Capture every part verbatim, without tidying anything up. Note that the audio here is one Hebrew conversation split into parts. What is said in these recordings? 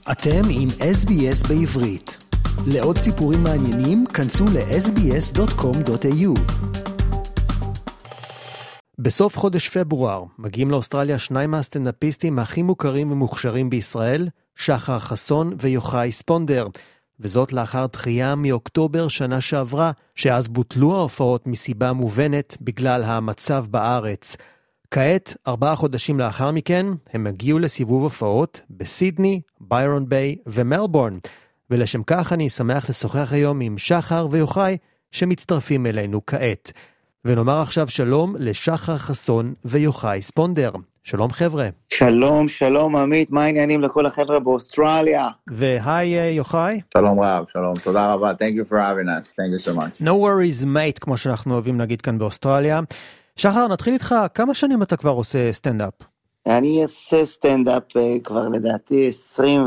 אתם עם אס בי אס בעברית. לעוד סיפורים מעניינים, כנסו ל-אס בי אס דוט קום דוט איי יו. בסוף חודש פברואר מגיעים לאוסטרליה שניים מהסטנדאפיסטים הכי מוכרים ומוכשרים בישראל, שחר חסון ויוחאי ספונדר. וזאת לאחר דחייה מאוקטובר שנה שעברה, שאז בוטלו ההופעות מסיבה מובנת בגלל המצב בארץ. כעת, ארבעה חודשים לאחר מכן, הם הגיעו לסיבוב הופעות בסידני, ביירון ביי ומלבורן. ולשם כך אני שמח לשוחח היום עם שחר ויוחאי שמצטרפים אלינו כעת. ונאמר עכשיו שלום לשחר חסון ויוחאי ספונדר. שלום חבר'ה. שלום, שלום עמית, מה העניינים לכל החבר'ה באוסטרליה? והי יוחאי. שלום רב, שלום, תודה רבה, thank you for having us, thank you so much. No worries mate, כמו שאנחנו אוהבים להגיד כאן באוסטרליה. שחר, נתחיל איתך, כמה שנים אתה כבר עושה סטנדאפ? אני עושה סטנדאפ כבר לדעתי עשרים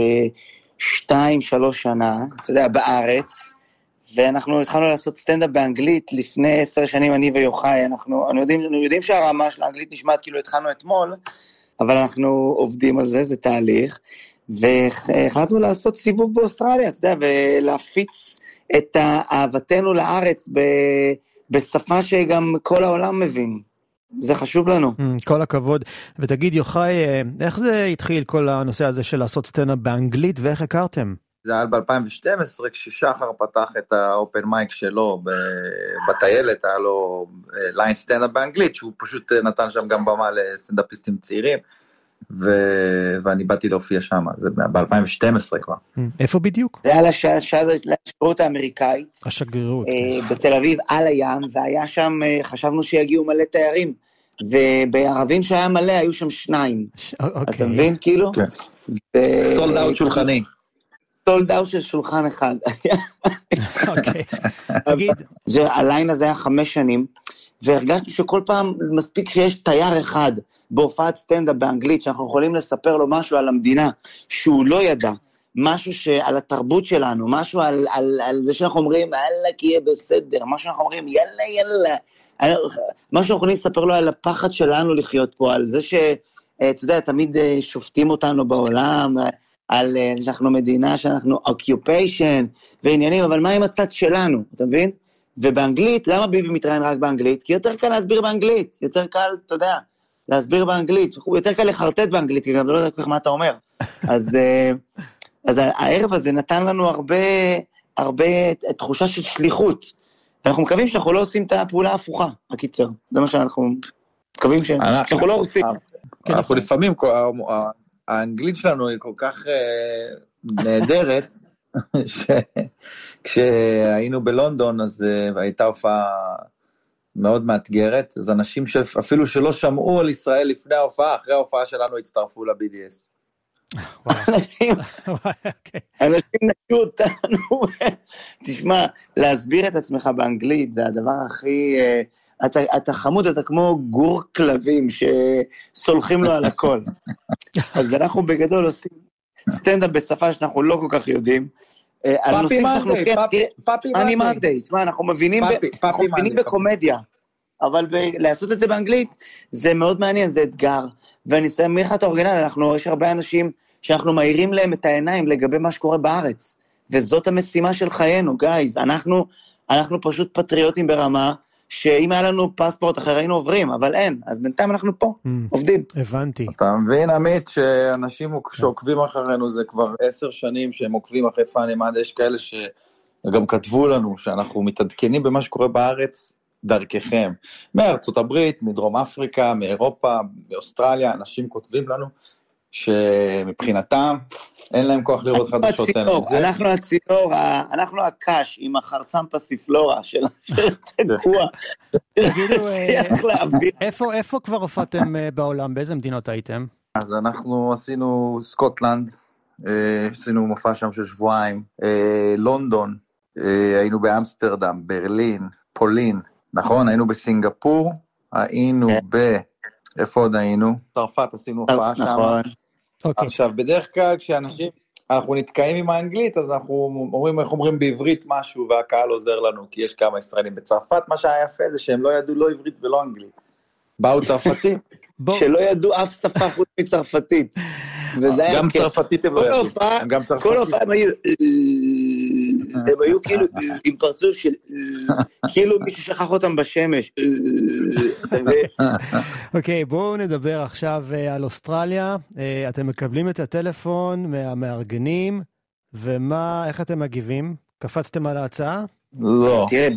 ושתיים שלוש שנה, אתה יודע, בארץ, ואנחנו התחלנו לעשות סטנדאפ באנגלית לפני עשר שנים, אני ויוחאי, אנחנו, אנחנו יודעים, אנחנו יודעים שהרמה של האנגלית נשמעת כאילו התחלנו אתמול, אבל אנחנו עובדים על זה, זה תהליך, והחלטנו לעשות סיבוב באוסטרליה, אתה יודע, ולהפיץ את אהבתנו לארץ ב... בשפה שגם כל העולם מבין. זה חשוב לנו. כל הכבוד. ותגיד יוחאי, איך זה התחיל כל הנושא הזה של לעשות סטנדאפ באנגלית, ואיך הכרתם? זה היה ב-אלפיים ושתים עשרה, כששחר פתח את האופן מייק שלו בטיילת, היה לו ליין סטנדאפ באנגלית, שהוא פשוט נתן שם גם במה לסטנדאפיסטים צעירים, ו... ואני באתי להופיע שם, זה ב-אלפיים ושתים עשרה כבר. איפה בדיוק? זה היה לשגרירות האמריקאית. השגרירות. בתל אביב, על הים, והיה שם, חשבנו שיגיעו מלא תיירים, ובערבים שהיה מלא, היו שם שניים. אתה מבין, כאילו? כן. סולד אאוט שולחני. סולד אאוט של שולחן אחד. אוקיי. תגיד. הליין הזה היה חמש שנים, והרגשנו שכל פעם מספיק שיש תייר אחד, בהופעת סטנדאפ באנגלית, שאנחנו יכולים לספר לו משהו על המדינה, שהוא לא ידע, משהו שעל התרבות שלנו, משהו על, על, על זה שאנחנו אומרים, יאללה, כי יהיה בסדר, משהו שאנחנו אומרים, יאללה, יאללה, משהו שאנחנו יכולים לספר לו על הפחד שלנו לחיות פה, על זה שאתה יודע, תמיד שופטים אותנו בעולם, על שאנחנו מדינה, שאנחנו occupation ועניינים, אבל מה עם הצד שלנו, אתה מבין? ובאנגלית, למה ביבי מתראיין רק באנגלית? כי יותר קל להסביר באנגלית, יותר קל, אתה יודע, להסביר באנגלית, יותר קל לחרטט באנגלית, כי גם לא יודע כל מה אתה אומר. אז, אז הערב הזה נתן לנו הרבה, הרבה תחושה של שליחות. אנחנו מקווים שאנחנו לא עושים את הפעולה ההפוכה, הקיצר. זה מה שאנחנו מקווים שאנחנו לא עושים. אנחנו לפעמים, האנגלית שלנו היא כל כך נהדרת, כשהיינו בלונדון, אז הייתה הופעה מאוד מאתגרת, אז אנשים שאפילו שלא שמעו על ישראל לפני ההופעה, אחרי ההופעה שלנו הצטרפו ל-בי די אס. אנשים נשו אותנו, תשמע, להסביר את עצמך באנגלית, זה הדבר הכי, אתה חמוד, אתה כמו גור כלבים, שסולחים לו על הכל. אז אנחנו בגדול עושים סטנדאפ בשפה שאנחנו לא כל כך יודעים, פאפי מנדי, פאפי מנדי. אני מנדי, תשמע, אנחנו מבינים בקומדיה, אבל לעשות את זה באנגלית, זה מאוד מעניין, זה אתגר, ואני אסיים לך את האורגינל, אנחנו, יש הרבה אנשים שאנחנו מאירים להם את העיניים לגבי מה שקורה בארץ, וזאת המשימה של חיינו, גייז, אנחנו, אנחנו פשוט פטריוטים ברמה, שאם היה לנו פספורט אחר היינו עוברים, אבל אין, אז בינתיים אנחנו פה, עובדים. הבנתי. אתה מבין, עמית, שאנשים שעוקבים אחרינו, זה כבר עשר שנים שהם עוקבים אחרי פאני מנדי, יש כאלה שגם כתבו לנו, שאנחנו מתעדכנים במה שקורה בארץ, דרככם. מארצות הברית, מדרום אפריקה, מאירופה, מאוסטרליה, אנשים כותבים לנו, שמבחינתם, אין להם כוח לראות חדשות. אנחנו הצינור, אנחנו הקש עם החרצם פסיפלורה של תקוע. איפה כבר הופעתם בעולם? באיזה מדינות הייתם? אז אנחנו עשינו סקוטלנד, עשינו מופע שם של שבועיים, לונדון, היינו באמסטרדם, ברלין, פולין, נכון? היינו בסינגפור, היינו ב... איפה עוד היינו? צרפת, עשינו הופעה שם. עכשיו, בדרך כלל כשאנשים, אנחנו נתקעים עם האנגלית, אז אנחנו אומרים, איך אומרים בעברית משהו, והקהל עוזר לנו, כי יש כמה ישראלים בצרפת, מה שהיה יפה זה שהם לא ידעו לא עברית ולא אנגלית. באו צרפתים, שלא ידעו אף שפה חוץ מצרפתית. גם צרפתית הם לא ידעו. כל הופעה הם היו, הם היו כאילו עם פרצוף של, כאילו מישהו שכח אותם בשמש. אוקיי, בואו נדבר עכשיו על אוסטרליה. אתם מקבלים את הטלפון מהמארגנים, ומה, איך אתם מגיבים? קפצתם על ההצעה? לא. תראה,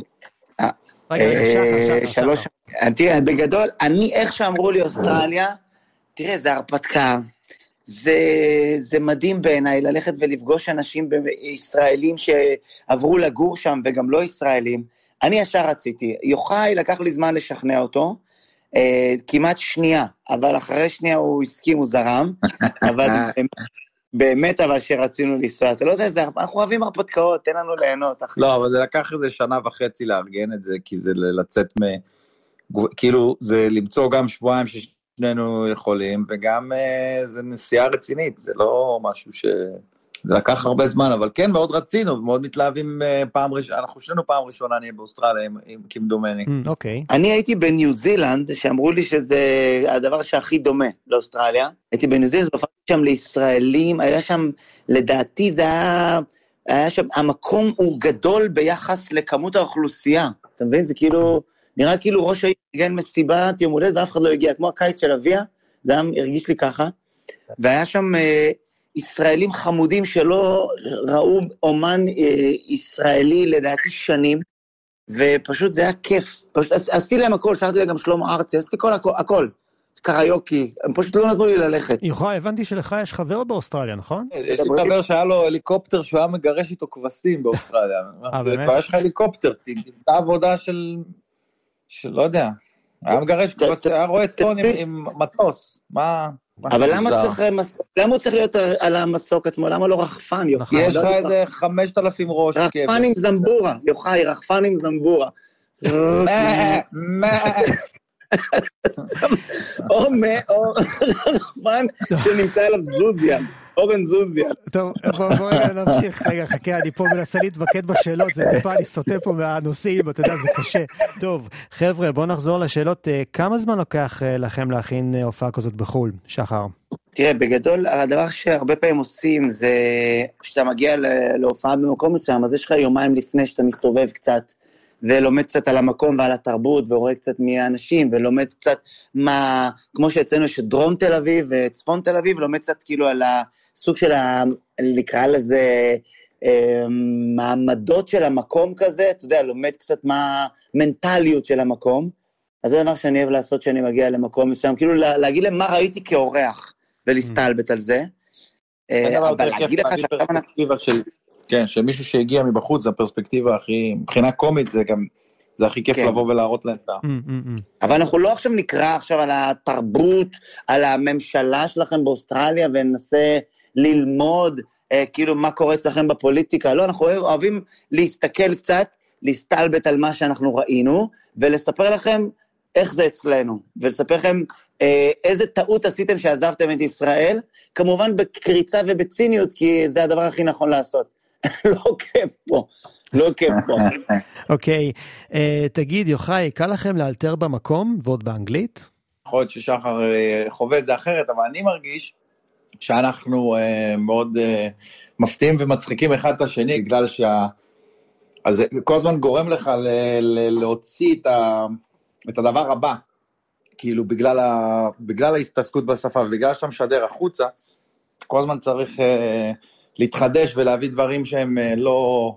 שלוש, תראה, בגדול, אני, איך שאמרו לי אוסטרליה, תראה, זה הרפתקה, זה, זה מדהים בעיניי, ללכת ולפגוש אנשים ישראלים שעברו לגור שם, וגם לא ישראלים. אני ישר רציתי, יוחאי לקח לי זמן לשכנע אותו, כמעט שנייה, אבל אחרי שנייה הוא הסכים, הוא זרם, אבל באמת, אבל שרצינו לנסוע, אתה לא יודע, אנחנו אוהבים הרפתקאות, תן לנו ליהנות. לא, אבל זה לקח איזה שנה וחצי לארגן את זה, כי זה לצאת מ... כאילו, זה למצוא גם שבועיים ששנינו יכולים, וגם זה נסיעה רצינית, זה לא משהו ש... זה לקח הרבה זמן, אבל כן, מאוד רצינו, ומאוד מתלהבים פעם ראשונה, אנחנו שנינו פעם ראשונה נהיה באוסטרליה, עם כמדומני. אוקיי. אני הייתי בניו זילנד, שאמרו לי שזה הדבר שהכי דומה לאוסטרליה, הייתי בניו זילנד, הופעתי שם לישראלים, היה שם, לדעתי זה היה, היה שם, המקום הוא גדול ביחס לכמות האוכלוסייה, אתה מבין? זה כאילו, נראה כאילו ראש העיר ארגן מסיבת יום הולדת, ואף אחד לא הגיע, כמו הקיץ של אביה, זה היה, הרגיש לי ככה, והיה שם ישראלים חמודים שלא ראו אומן אה, ישראלי לדעתי שנים, ופשוט זה היה כיף. פשוט, עשיתי להם הכל, שרתי להם גם שלמה ארצי, עשיתי כל הכל, הכל. קריוקי, הם פשוט לא נתנו לי ללכת. יוחאי, הבנתי שלך יש חבר באוסטרליה, נכון? יש לי חבר שהיה לו הליקופטר שהוא היה מגרש איתו כבשים באוסטרליה. אה, באמת? כבר יש לך הליקופטר, תמצא עבודה של, של לא יודע, היה מגרש כבשים, היה רואה צאן עם מטוס, מה... אבל למה צריך, למה הוא צריך להיות על המסוק עצמו? למה לא רחפן? יש לך איזה חמשת אלפים ראש. רחפן עם זמבורה, יוחאי, רחפן עם זמבורה. או רחפן שנמצא עליו זוזיה, אורן זוזיה. טוב, בואו נמשיך, רגע, חכה, אני פה מנסה להתמקד בשאלות, זה טיפה, אני סוטה פה מהנושאים, אתה יודע, זה קשה. טוב, חבר'ה, בואו נחזור לשאלות, כמה זמן לוקח לכם להכין הופעה כזאת בחול, שחר? תראה, בגדול, הדבר שהרבה פעמים עושים, זה שאתה מגיע להופעה במקום מסוים, אז יש לך יומיים לפני שאתה מסתובב קצת, ולומד קצת על המקום ועל התרבות, ורואה קצת מהאנשים, ולומד קצת מה, כמו שאצלנו שדרום תל אביב וצפון תל אביב, לומד קצת כאילו על הסוג של, ה, לקרוא לזה, מעמדות של המקום כזה, אתה יודע, לומד קצת מה המנטליות של המקום, אז זה דבר שאני אוהב לעשות שאני מגיע למקום מסוים, כאילו להגיד להם מה ראיתי כאורח, ולהסתלבט על זה, אבל להגיד לך שעכשיו... כן, שמישהו שהגיע מבחוץ, זה הפרספקטיבה הכי, מבחינה קומית זה גם, זה הכי כיף לבוא ולהראות להם. אבל אנחנו לא עכשיו נקרא עכשיו על התרבות, על הממשלה שלכם באוסטרליה, וננסה ללמוד כאילו מה קורה אצלכם בפוליטיקה, לא, אנחנו אוהבים להסתכל קצת, להסתלבט על מה שאנחנו ראינו, ולספר לכם איך זה אצלנו, ולספר לכם איזה טעות עשיתם שעזבתם את ישראל, כמובן בקריצה ובציניות, כי זה הדבר הכי נכון לעשות. לא כיף פה, לא כיף פה. אוקיי, תגיד יוחאי, קל לכם לאלתר במקום ועוד באנגלית? יכול להיות ששחר חווה את זה אחרת, אבל אני מרגיש שאנחנו מאוד מפתיעים ומצחיקים אחד את השני, בגלל שה... אז זה כל הזמן גורם לך להוציא את הדבר הבא, כאילו בגלל ההסתעסקות בשפה, ובגלל שאתה משדר החוצה, כל הזמן צריך... להתחדש ולהביא דברים שהם לא,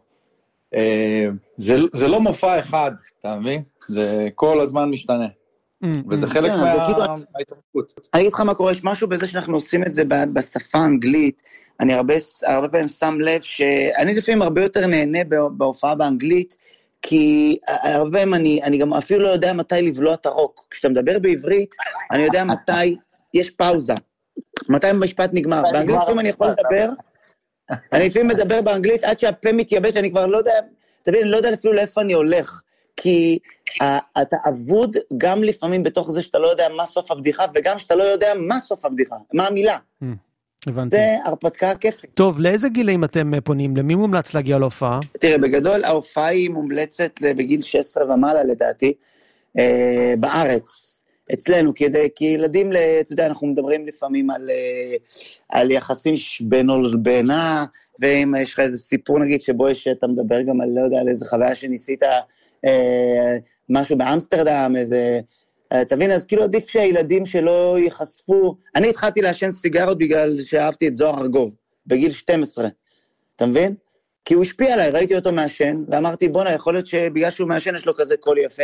זה, זה לא מופע אחד, אתה מבין? זה כל הזמן משתנה, וזה חלק מההתעסקות. אני אגיד לך מה קורה, יש משהו בזה שאנחנו עושים את זה בשפה האנגלית, אני הרבה, הרבה פעמים שם לב שאני לפעמים הרבה יותר נהנה בהופעה באנגלית, כי הרבה פעמים אני, אני גם אפילו לא יודע מתי לבלוע את הרוק, כשאתה מדבר בעברית, אני יודע מתי יש פאוזה, מתי המשפט נגמר, באנגלית לפעמים אני יכול לדבר, אני לפעמים מדבר באנגלית עד שהפה מתייבש, אני כבר לא יודע, תבין, אני לא יודע אפילו לאיפה אני הולך, כי אתה עבוד גם לפעמים בתוך זה שאתה לא יודע מה סוף הבדיחה, וגם שאתה לא יודע מה סוף הבדיחה, מה המילה. הבנתי. זה הרפתקה כיפית. טוב, לאיזה גילים אתם פונים? למי מומלץ להגיע להופעה? תראה, בגדול ההופעה היא מומלצת בגיל שש עשרה ומעלה לדעתי, בארץ. אצלנו, כדי, כי ילדים, אתה יודע, אנחנו מדברים לפעמים על, על יחסים בינו לבינה, ואם יש לך איזה סיפור, נגיד, שבו יש, אתה מדבר גם על, לא יודע, על איזה חוויה שניסית, אה, משהו באמסטרדם, איזה, אה, תבין, אז כאילו עדיף שהילדים שלא ייחשפו, אני התחלתי לעשן סיגרות בגלל שאהבתי את זוהר ארגוב, בגיל שתים עשרה, אתה מבין? כי הוא השפיע עליי, ראיתי אותו מעשן, ואמרתי, בונה, יכול להיות שבגלל שהוא מעשן יש לו כזה קול יפה.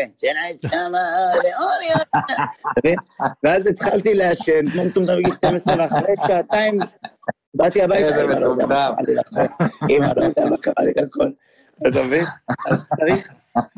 ואז התחלתי לעשן, כמו מטומטם בגיל שתים עשרה, ואחרי שעתיים, באתי הביתה, אמא לא יודע מה קרה לי לכל. אמא לא יודע מה קרה לי לכל. אתה מבין? אז צריך...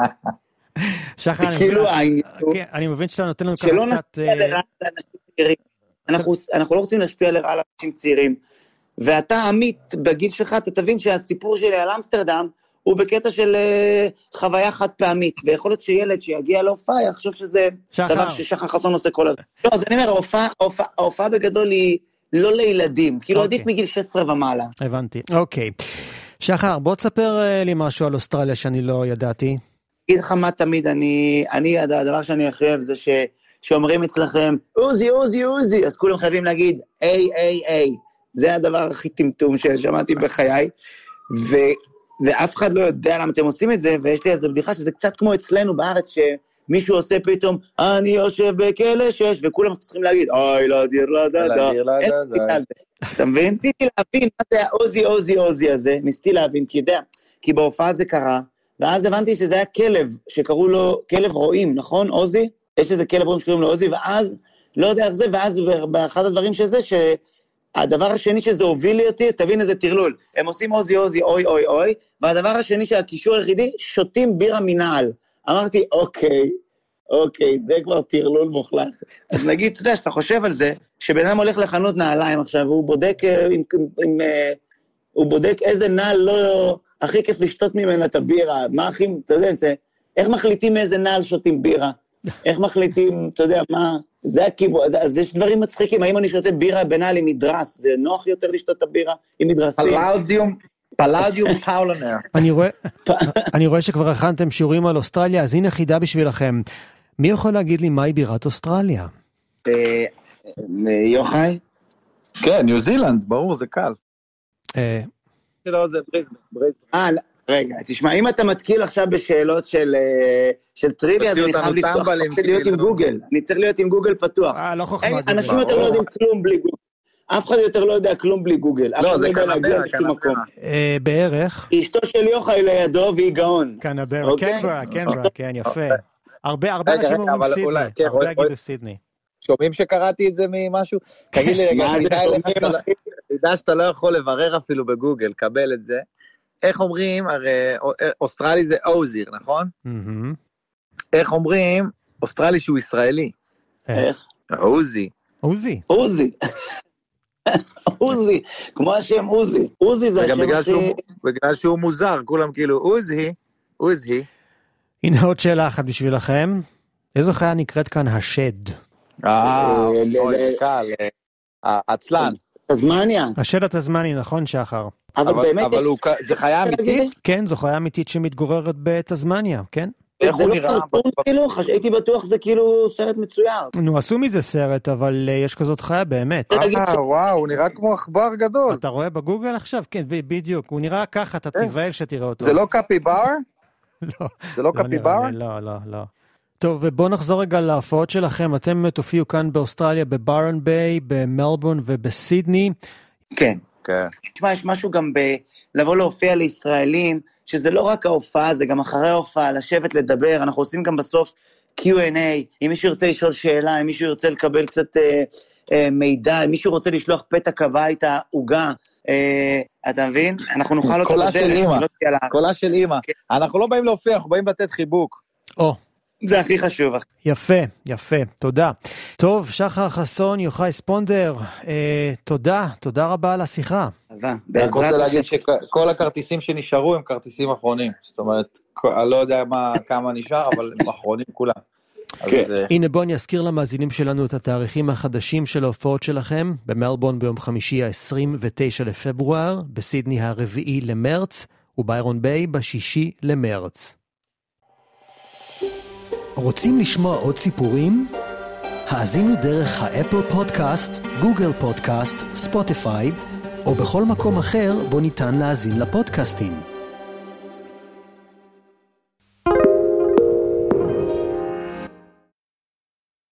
שחר, אני מבין שאתה נותן לנו ככה קצת... שלא נשפיע לרעה לאנשים צעירים. אנחנו לא רוצים להשפיע לרעה לאנשים צעירים. ואתה עמית בגיל שלך, אתה תבין שהסיפור שלי על אמסטרדם, הוא בקטע של uh, חוויה חד פעמית, ויכול להיות שילד שיגיע להופעה, יחשוב שזה שחר. דבר ששחר חסון עושה כל הזמן. לא, אז אני אומר, ההופעה, ההופעה, ההופעה בגדול היא לא לילדים, כאילו עדיף מגיל שש עשרה ומעלה. הבנתי, אוקיי. שחר, בוא תספר uh, לי משהו על אוסטרליה שאני לא ידעתי. אגיד לך מה תמיד, אני, אני, הדבר שאני הכי אוהב זה ש, שאומרים אצלכם, עוזי, עוזי, עוזי, אז כולם חייבים להגיד, איי, איי, איי. זה הדבר הכי טמטום ששמעתי בחיי, ו, ואף אחד לא יודע למה אתם עושים את זה, ויש לי איזו בדיחה שזה קצת כמו אצלנו בארץ, שמישהו עושה פתאום, אני יושב בכלא שש, וכולם צריכים להגיד, אוי, לא דיר, לא דה, דה, אתה מבין? ניסיתי להבין מה זה העוזי, עוזי, עוזי הזה, ניסיתי להבין, כי יודע, כי בהופעה זה קרה, ואז הבנתי שזה היה כלב, שקראו לו כלב רועים, נכון, עוזי? יש איזה כלב רועים שקוראים לו עוזי, ואז, לא יודע איך זה, ואז באחד הדברים שזה, ש... הדבר השני שזה הוביל לי אותי, תבין איזה תרלול, הם עושים עוזי עוזי אוי אוי אוי, והדבר השני שהקישור היחידי, שותים בירה מנעל. אמרתי, אוקיי, אוקיי, זה כבר תרלול מוחלט. אז נגיד, אתה יודע, שאתה חושב על זה, שבן אדם הולך לחנות נעליים עכשיו, והוא בודק, עם, עם, עם, הוא בודק איזה נעל לא, הכי כיף לשתות ממנה את הבירה, מה הכי, אתה יודע, זה, איך מחליטים מאיזה נעל שותים בירה? איך מחליטים, אתה יודע, מה... זה הכיוון, אז יש דברים מצחיקים, האם אני שותה בירה בנעל עם מדרס, זה נוח יותר לשתות את הבירה עם מדרסים? פלאודיום, פלאודיום פאולנר. אני רואה שכבר הכנתם שיעורים על אוסטרליה, אז הנה חידה בשבילכם. מי יכול להגיד לי מהי בירת אוסטרליה? יוחאי? כן, ניו זילנד, ברור, זה קל. שלא, זה בריזבן. אה, רגע, תשמע, אם אתה מתקיל עכשיו בשאלות של, של טריוויה, אז אני חייב לפתוח, אני צריך להיות עם גוגל, אני צריך להיות עם גוגל פתוח. אה, לא חוכמה. אנשים יותר לא יודעים כלום בלי גוגל. אף אחד יותר לא יודע כלום בלי גוגל. לא, זה קנברה, קנברה. בערך. אשתו של יוחאי לידו והיא גאון. קנברה, קנברה, קנברה, כן, יפה. הרבה, הרבה אנשים אומרים סידני, הרבה יגידו סידני. שומעים שקראתי את זה ממשהו? תגיד לי רגע, תדע שאתה לא יכול לברר אפילו בגוגל, קבל את זה. איך אומרים, הרי אוסטרלי זה אוזיר, נכון? איך אומרים, אוסטרלי שהוא ישראלי? איך? אוזי. אוזי. אוזי. אוזי, כמו השם אוזי. אוזי זה השם הכי... בגלל שהוא מוזר, כולם כאילו אוזי, אוזי. הנה עוד שאלה אחת בשבילכם. איזו חיה נקראת כאן השד? אה, אוי, קל. עצלן. תזמניה. השד התזמני, נכון שחר? אבל באמת... אבל זה חיה אמיתית? כן, זו חיה אמיתית שמתגוררת בתזמניה, כן? איך הוא נראה? הייתי בטוח זה כאילו סרט מצויר. נו, עשו מזה סרט, אבל יש כזאת חיה באמת. אה, וואו, הוא נראה כמו עכבר גדול. אתה רואה בגוגל עכשיו? כן, בדיוק. הוא נראה ככה, אתה תיבהל שתראה אותו. זה לא קפיבר? לא. זה לא קפיבר? לא, לא, לא. טוב, ובואו נחזור רגע להופעות שלכם. אתם תופיעו כאן באוסטרליה, בברן ביי, במלבורן ובסידני. כן. כן. תשמע, יש משהו גם לבוא להופיע לישראלים, שזה לא רק ההופעה, זה גם אחרי ההופעה, לשבת לדבר, אנחנו עושים גם בסוף קיו אנד איי, אם מישהו ירצה לשאול שאלה, אם מישהו ירצה לקבל קצת אה, אה, מידע, אם מישהו רוצה לשלוח פתק הביתה, עוגה, אה, אתה מבין? אנחנו נוכל אותו קולה של אימא, קולה של אימא. אנחנו לא באים להופיע, אנחנו באים לתת חיבוק. או. זה הכי חשוב. יפה, יפה, תודה. טוב, שחר חסון, יוחאי ספונדר, אה, תודה, תודה רבה על השיחה. תודה. אני רוצה להגיד שכל הכרטיסים שנשארו הם כרטיסים אחרונים, זאת אומרת, אני לא יודע מה, כמה נשאר, אבל הם אחרונים כולם. כן. אז, הנה בוא אני אזכיר למאזינים שלנו את התאריכים החדשים של ההופעות שלכם, במלבורן ביום חמישי ה-עשרים ותשעה לפברואר, בסידני הרביעי למרץ, וביירון ביי בשישי למרץ. רוצים לשמוע עוד סיפורים? האזינו דרך האפל פודקאסט, גוגל פודקאסט, ספוטיפיי, או בכל מקום אחר בו ניתן להאזין לפודקאסטים.